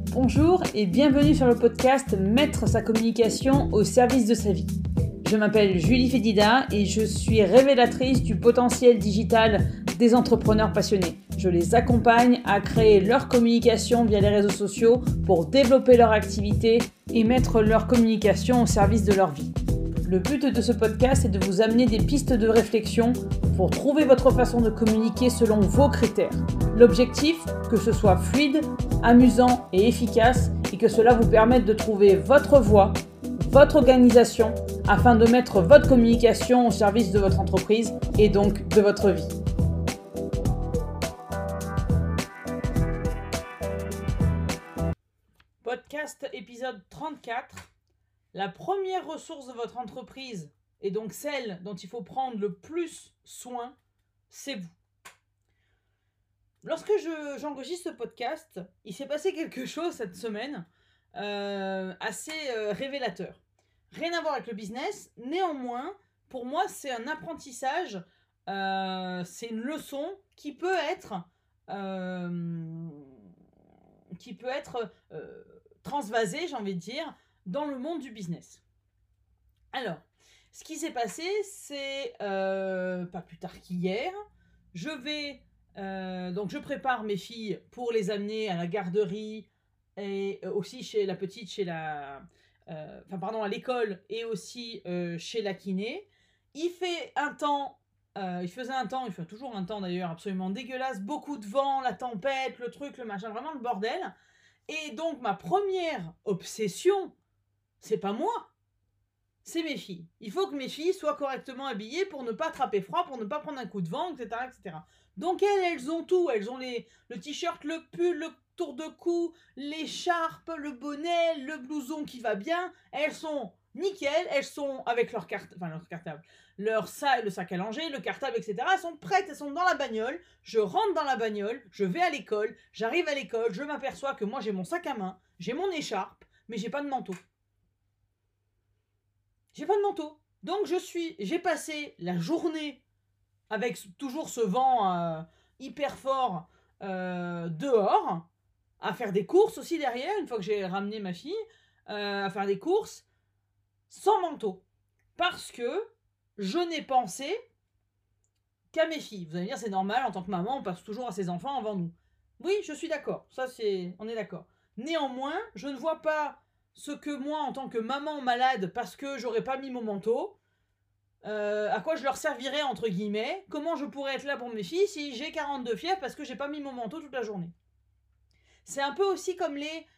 Bonjour et bienvenue sur le podcast Mettre sa communication au service de sa vie. Je m'appelle Julie Fédida et je suis révélatrice du potentiel digital des entrepreneurs passionnés. Je les accompagne à créer leur communication via les réseaux sociaux pour développer leur activité et mettre leur communication au service de leur vie. Le but de ce podcast est de vous amener des pistes de réflexion pour trouver votre façon de communiquer selon vos critères. L'objectif, que ce soit fluide, amusant et efficace et que cela vous permette de trouver votre voie, votre organisation afin de mettre votre communication au service de votre entreprise et donc de votre vie. Podcast épisode 34. La première ressource de votre entreprise, et donc celle dont il faut prendre le plus soin, c'est vous. Lorsque j'enregistre ce podcast, il s'est passé quelque chose cette semaine assez révélateur. Rien à voir avec le business, néanmoins, pour moi, c'est un apprentissage, c'est une leçon qui peut être transvasée, j'ai envie de dire, dans le monde du business. Alors, ce qui s'est passé, c'est pas plus tard qu'hier, donc je prépare mes filles pour les amener à la garderie et aussi chez la petite, à l'école et aussi chez la kiné. Il fait toujours un temps d'ailleurs absolument dégueulasse, beaucoup de vent, la tempête, le truc, le machin, vraiment le bordel. Et donc ma première obsession, c'est pas moi, c'est mes filles. Il faut que mes filles soient correctement habillées pour ne pas attraper froid, pour ne pas prendre un coup de vent, etc. etc. Donc elles ont tout. Elles ont le t-shirt, le pull, le tour de cou, l'écharpe, le bonnet, le blouson qui va bien. Elles sont nickel, elles sont avec leur cartable, le sac à langer, le cartable, etc. Elles sont prêtes, elles sont dans la bagnole. Je rentre dans la bagnole, je vais à l'école, j'arrive à l'école, je m'aperçois que moi j'ai mon sac à main, j'ai mon écharpe, mais j'ai pas de manteau. J'ai pas de manteau. Donc j'ai passé la journée avec toujours ce vent hyper fort dehors, à faire des courses aussi derrière, une fois que j'ai ramené ma fille, à faire des courses, sans manteau. Parce que je n'ai pensé qu'à mes filles. Vous allez me dire, c'est normal, en tant que maman, on passe toujours à ses enfants avant nous. Oui, je suis d'accord, on est d'accord. Néanmoins, je ne vois pas ce que moi, en tant que maman malade, parce que j'aurais pas mis mon manteau, à quoi je leur servirais, entre guillemets, comment je pourrais être là pour mes filles si j'ai 42 fièvres parce que j'ai pas mis mon manteau toute la journée. C'est un peu aussi comme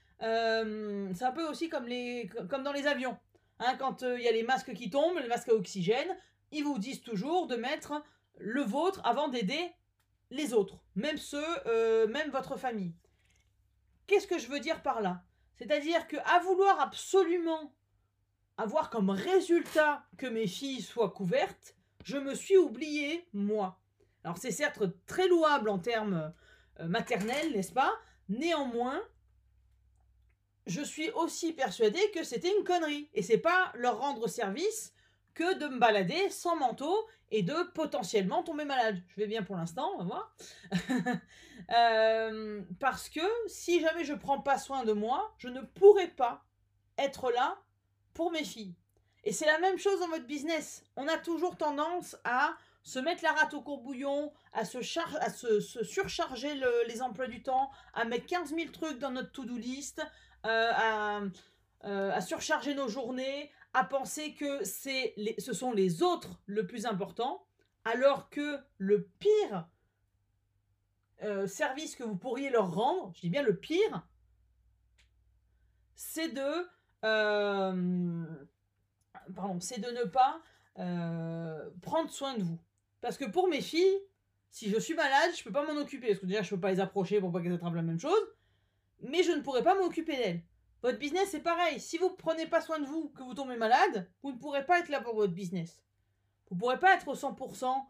comme dans les avions. Hein, quand y a les masques qui tombent, les masques à oxygène, ils vous disent toujours de mettre le vôtre avant d'aider les autres, même même votre famille. Qu'est-ce que je veux dire par là ? C'est-à-dire qu'à vouloir absolument avoir comme résultat que mes filles soient couvertes, je me suis oubliée, moi. Alors c'est certes très louable en termes maternels, n'est-ce pas ? Néanmoins, je suis aussi persuadée que c'était une connerie. Et c'est pas leur rendre service que de me balader sans manteau et de potentiellement tomber malade. Je vais bien pour l'instant, on va voir. Parce que si jamais je prends pas soin de moi, je ne pourrai pas être là pour mes filles. Et c'est la même chose dans votre business. On a toujours tendance à se mettre la rate au courbouillon, à se surcharger les emplois du temps, à mettre 15 000 trucs dans notre to-do list, à surcharger nos journées, à penser que ce sont les autres le plus important, alors que le pire service que vous pourriez leur rendre, je dis bien le pire, c'est de ne pas prendre soin de vous. Parce que pour mes filles, si je suis malade, je peux pas m'en occuper. Parce que déjà, je peux pas les approcher pour pas qu'elles attrapent la même chose. Mais je ne pourrai pas m'occuper d'elles. Votre business, c'est pareil. Si vous ne prenez pas soin de vous, que vous tombez malade, vous ne pourrez pas être là pour votre business. Vous ne pourrez pas être au 100%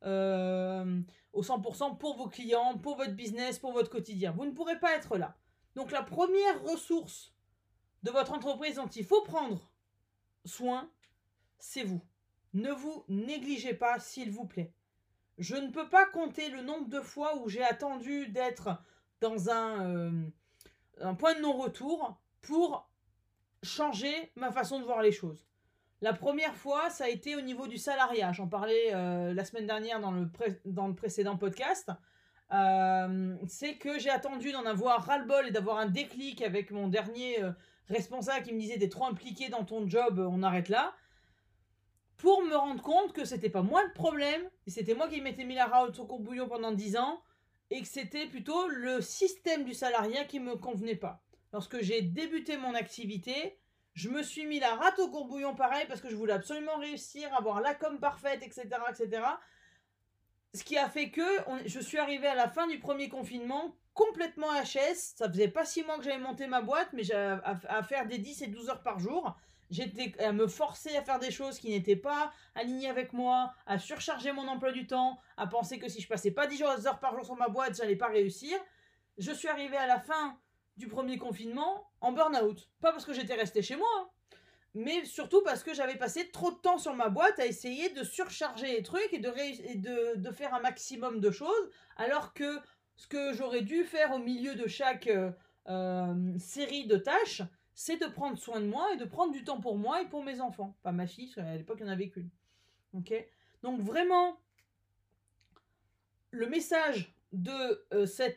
pour vos clients, pour votre business, pour votre quotidien. Vous ne pourrez pas être là. Donc la première ressource de votre entreprise dont il faut prendre soin, c'est vous. Ne vous négligez pas, s'il vous plaît. Je ne peux pas compter le nombre de fois où j'ai attendu d'être dans un un point de non-retour pour changer ma façon de voir les choses. La première fois, ça a été au niveau du salariat. J'en parlais la semaine dernière dans le précédent podcast. C'est que j'ai attendu d'en avoir ras-le-bol et d'avoir un déclic avec mon dernier responsable qui me disait t'es trop impliqué dans ton job, on arrête là. Pour me rendre compte que c'était pas moi le problème, et c'était moi qui m'étais mis la rate au courbouillon pendant 10 ans, et que c'était plutôt le système du salariat qui me convenait pas. Lorsque j'ai débuté mon activité, je me suis mis la rate au courbouillon pareil parce que je voulais absolument réussir, avoir la com parfaite, etc., etc. Ce qui a fait que je suis arrivée à la fin du premier confinement complètement HS. Ça faisait pas 6 mois que j'avais monté ma boîte, mais j'avais à faire des 10 et 12 heures par jour. J'étais à me forcer à faire des choses qui n'étaient pas alignées avec moi, à surcharger mon emploi du temps, à penser que si je passais pas 10 heures par jour sur ma boîte, j'allais pas réussir. Je suis arrivée à la fin du premier confinement en burn-out. Pas parce que j'étais restée chez moi, hein, mais surtout parce que j'avais passé trop de temps sur ma boîte à essayer de surcharger les trucs et de faire un maximum de choses, alors que ce que j'aurais dû faire au milieu de chaque série de tâches, c'est de prendre soin de moi et de prendre du temps pour moi et pour mes enfants. Pas ma fille, parce qu'à l'époque, il n'y en avait qu'une. Ok. Donc vraiment, le message de,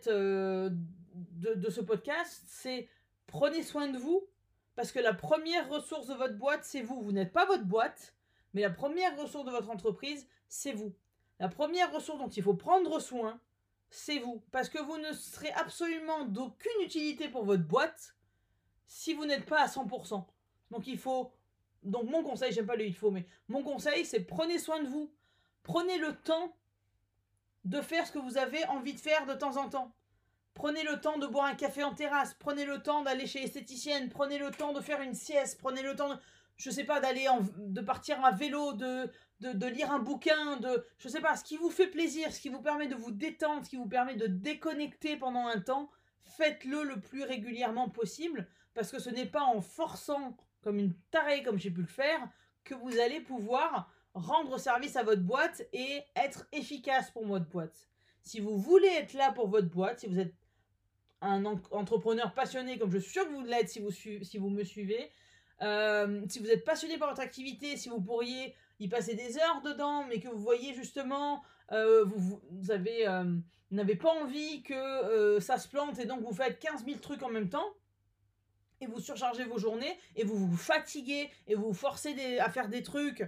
de ce podcast, c'est prenez soin de vous, parce que la première ressource de votre boîte, c'est vous. Vous n'êtes pas votre boîte, mais la première ressource de votre entreprise, c'est vous. La première ressource dont il faut prendre soin, c'est vous. Parce que vous ne serez absolument d'aucune utilité pour votre boîte si vous n'êtes pas à 100%. Donc il faut... Donc mon conseil, j'aime pas le il faut, mais mon conseil, c'est prenez soin de vous. Prenez le temps de faire ce que vous avez envie de faire de temps en temps. Prenez le temps de boire un café en terrasse, prenez le temps d'aller chez l'esthéticienne, prenez le temps de faire une sieste, prenez le temps de, je sais pas, de partir à vélo, de lire un bouquin, je sais pas, ce qui vous fait plaisir, ce qui vous permet de vous détendre, ce qui vous permet de déconnecter pendant un temps, faites-le le plus régulièrement possible, parce que ce n'est pas en forçant comme une tarée, comme j'ai pu le faire, que vous allez pouvoir rendre service à votre boîte et être efficace pour votre boîte. Si vous voulez être là pour votre boîte, si vous êtes un entrepreneur passionné, comme je suis sûr que vous l'êtes si vous me suivez, si vous êtes passionné par votre activité, si vous pourriez y passer des heures dedans, mais que vous voyez justement, vous n'avez pas envie que ça se plante et donc vous faites 15 000 trucs en même temps, et vous surchargez vos journées, et vous vous fatiguez, et vous vous forcez à faire des trucs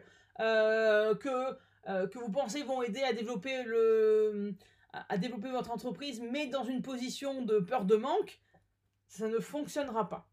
que vous pensez vont aider à développer votre entreprise, mais dans une position de peur de manque, ça ne fonctionnera pas.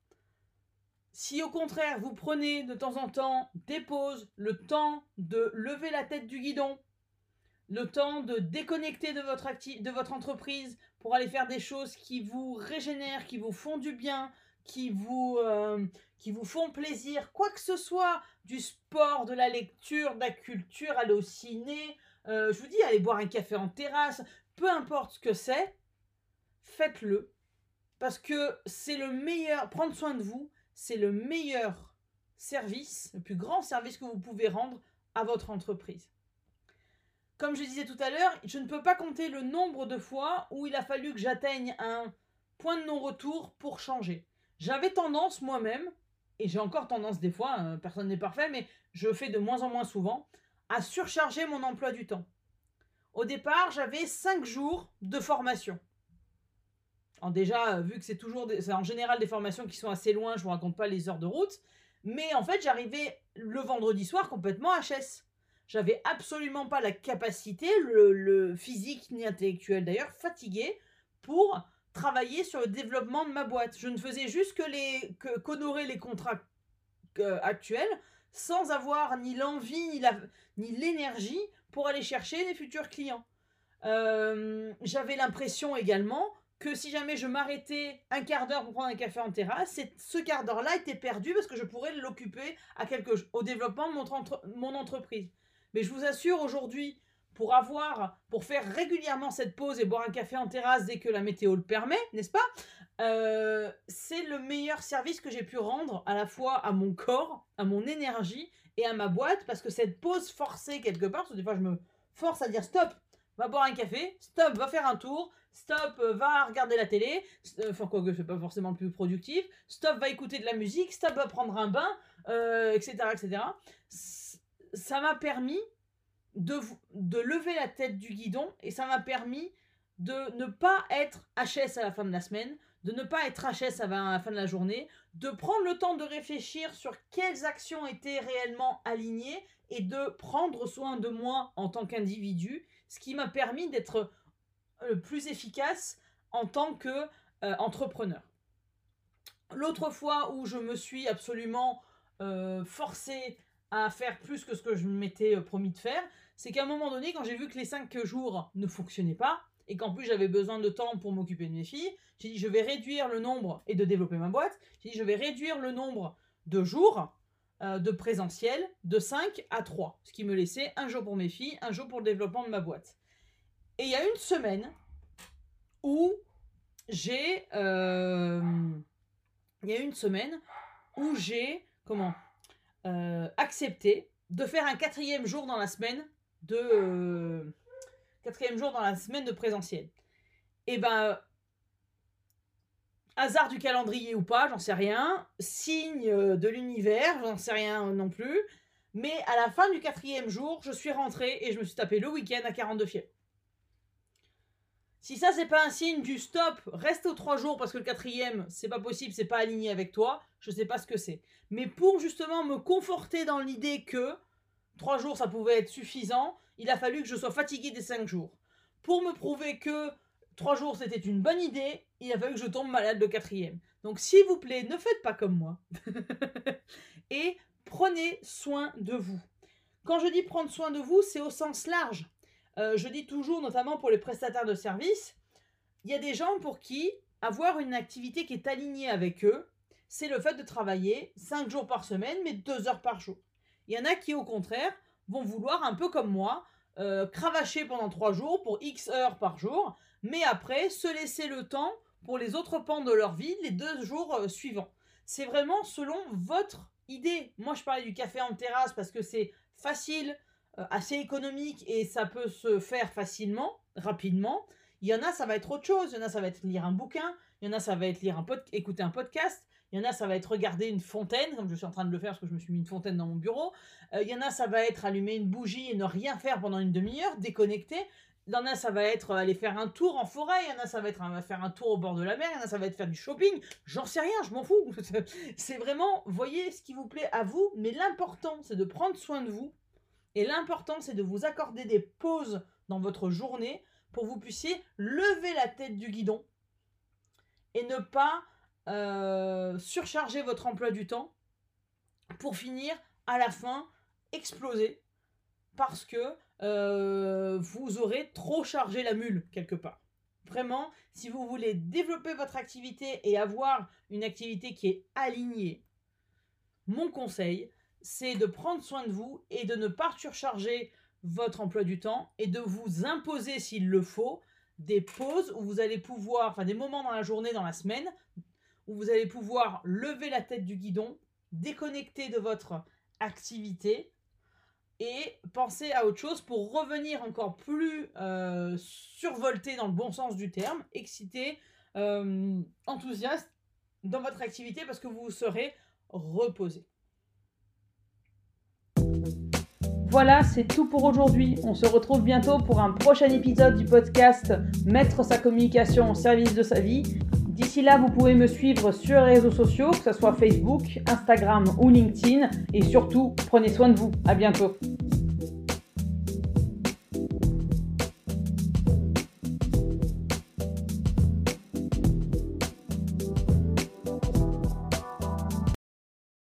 Si au contraire, vous prenez de temps en temps des pauses, le temps de lever la tête du guidon, le temps de déconnecter de votre entreprise pour aller faire des choses qui vous régénèrent, qui vous font du bien, qui vous font plaisir, quoi que ce soit, du sport, de la lecture, de la culture, aller au ciné, je vous dis, aller boire un café en terrasse, peu importe ce que c'est, faites-le. Parce que c'est le meilleur, prendre soin de vous, c'est le meilleur service, le plus grand service que vous pouvez rendre à votre entreprise. Comme je disais tout à l'heure, je ne peux pas compter le nombre de fois où il a fallu que j'atteigne un point de non-retour pour changer. J'avais tendance moi-même, et j'ai encore tendance des fois, personne n'est parfait, mais je fais de moins en moins souvent, à surcharger mon emploi du temps. Au départ, j'avais 5 jours de formation. Alors déjà, vu que c'est en général des formations qui sont assez loin, je ne vous raconte pas les heures de route, mais en fait, j'arrivais le vendredi soir complètement HS. J'avais absolument pas la capacité, le physique ni intellectuel d'ailleurs, fatigué, pour travailler sur le développement de ma boîte. Je ne faisais juste qu'honorer les contrats actuels, sans avoir ni l'envie ni l'énergie pour aller chercher les futurs clients. J'avais l'impression également que si jamais je m'arrêtais un quart d'heure pour prendre un café en terrasse, ce quart d'heure-là était perdu parce que je pourrais l'occuper au développement de mon entreprise. Mais je vous assure aujourd'hui, pour faire régulièrement cette pause et boire un café en terrasse dès que la météo le permet, n'est-ce pas, c'est le meilleur service que j'ai pu rendre à la fois à mon corps, à mon énergie et à ma boîte, parce que cette pause forcée quelque part, parce que des fois je me force à dire stop, va boire un café, stop, va faire un tour, stop, va regarder la télé, enfin quoique c'est pas forcément le plus productif, stop, va écouter de la musique, stop, va prendre un bain, etc., etc. Ça m'a permis de lever la tête du guidon et ça m'a permis de ne pas être HS à la fin de la semaine, de ne pas être HS à la fin de la journée, de prendre le temps de réfléchir sur quelles actions étaient réellement alignées et de prendre soin de moi en tant qu'individu, ce qui m'a permis d'être plus efficace en tant qu'entrepreneur. L'autre fois où je me suis absolument forcé à faire plus que ce que je m'étais promis de faire, c'est qu'à un moment donné, quand j'ai vu que les 5 jours ne fonctionnaient pas, et qu'en plus j'avais besoin de temps pour m'occuper de mes filles, j'ai dit je vais réduire le nombre, et de développer ma boîte, j'ai dit je vais réduire le nombre de jours de présentiel de 5 à 3, ce qui me laissait un jour pour mes filles, un jour pour le développement de ma boîte. Et il y a une semaine où j'ai accepté de faire un 4e jour dans la semaine de présentiel. Et ben, hasard du calendrier ou pas, j'en sais rien. Signe de l'univers, j'en sais rien non plus. Mais à la fin du 4e jour, je suis rentrée et je me suis tapé le week-end à 42 fièvre. Si ça, c'est pas un signe du stop, reste aux 3 jours parce que le 4e, c'est pas possible, c'est pas aligné avec toi, je sais pas ce que c'est. Mais pour justement me conforter dans l'idée que 3 jours, ça pouvait être suffisant, il a fallu que je sois fatiguée des 5 jours. Pour me prouver que 3 jours, c'était une bonne idée, il a fallu que je tombe malade le 4e. Donc, s'il vous plaît, ne faites pas comme moi. Et prenez soin de vous. Quand je dis prendre soin de vous, c'est au sens large. Je dis toujours, notamment pour les prestataires de services, il y a des gens pour qui avoir une activité qui est alignée avec eux, c'est le fait de travailler 5 jours par semaine, mais 2 heures par jour. Il y en a qui, au contraire, vont vouloir, un peu comme moi, cravacher pendant 3 jours pour X heures par jour, mais après, se laisser le temps pour les autres pans de leur vie, les 2 jours suivants. C'est vraiment selon votre idée. Moi, je parlais du café en terrasse parce que c'est facile, assez économique et ça peut se faire facilement, rapidement. Il y en a, ça va être autre chose. Il y en a, ça va être lire un bouquin. Il y en a, ça va être écouter un podcast. Il y en a, ça va être regarder une fontaine, comme je suis en train de le faire parce que je me suis mis une fontaine dans mon bureau. Il y en a, ça va être allumer une bougie et ne rien faire pendant une demi-heure, déconnecter. Il y en a, ça va être aller faire un tour en forêt. Il y en a, ça va être faire un tour au bord de la mer. Il y en a, ça va être faire du shopping. J'en sais rien, je m'en fous. C'est vraiment, voyez ce qui vous plaît à vous. Mais l'important, c'est de prendre soin de vous. Et l'important, c'est de vous accorder des pauses dans votre journée pour que vous puissiez lever la tête du guidon et ne pas surcharger votre emploi du temps pour finir à la fin exploser parce que vous aurez trop chargé la mule quelque part. Vraiment, si vous voulez développer votre activité et avoir une activité qui est alignée, mon conseil, c'est de prendre soin de vous et de ne pas surcharger votre emploi du temps et de vous imposer, s'il le faut, des pauses où vous allez pouvoir, enfin des moments dans la journée, dans la semaine, où vous allez pouvoir lever la tête du guidon, déconnecter de votre activité et penser à autre chose pour revenir encore plus survolté dans le bon sens du terme, excité, enthousiaste dans votre activité parce que vous serez reposé. Voilà, c'est tout pour aujourd'hui. On se retrouve bientôt pour un prochain épisode du podcast Mettre sa communication au service de sa vie. D'ici là, vous pouvez me suivre sur les réseaux sociaux, que ce soit Facebook, Instagram ou LinkedIn. Et surtout, prenez soin de vous. À bientôt.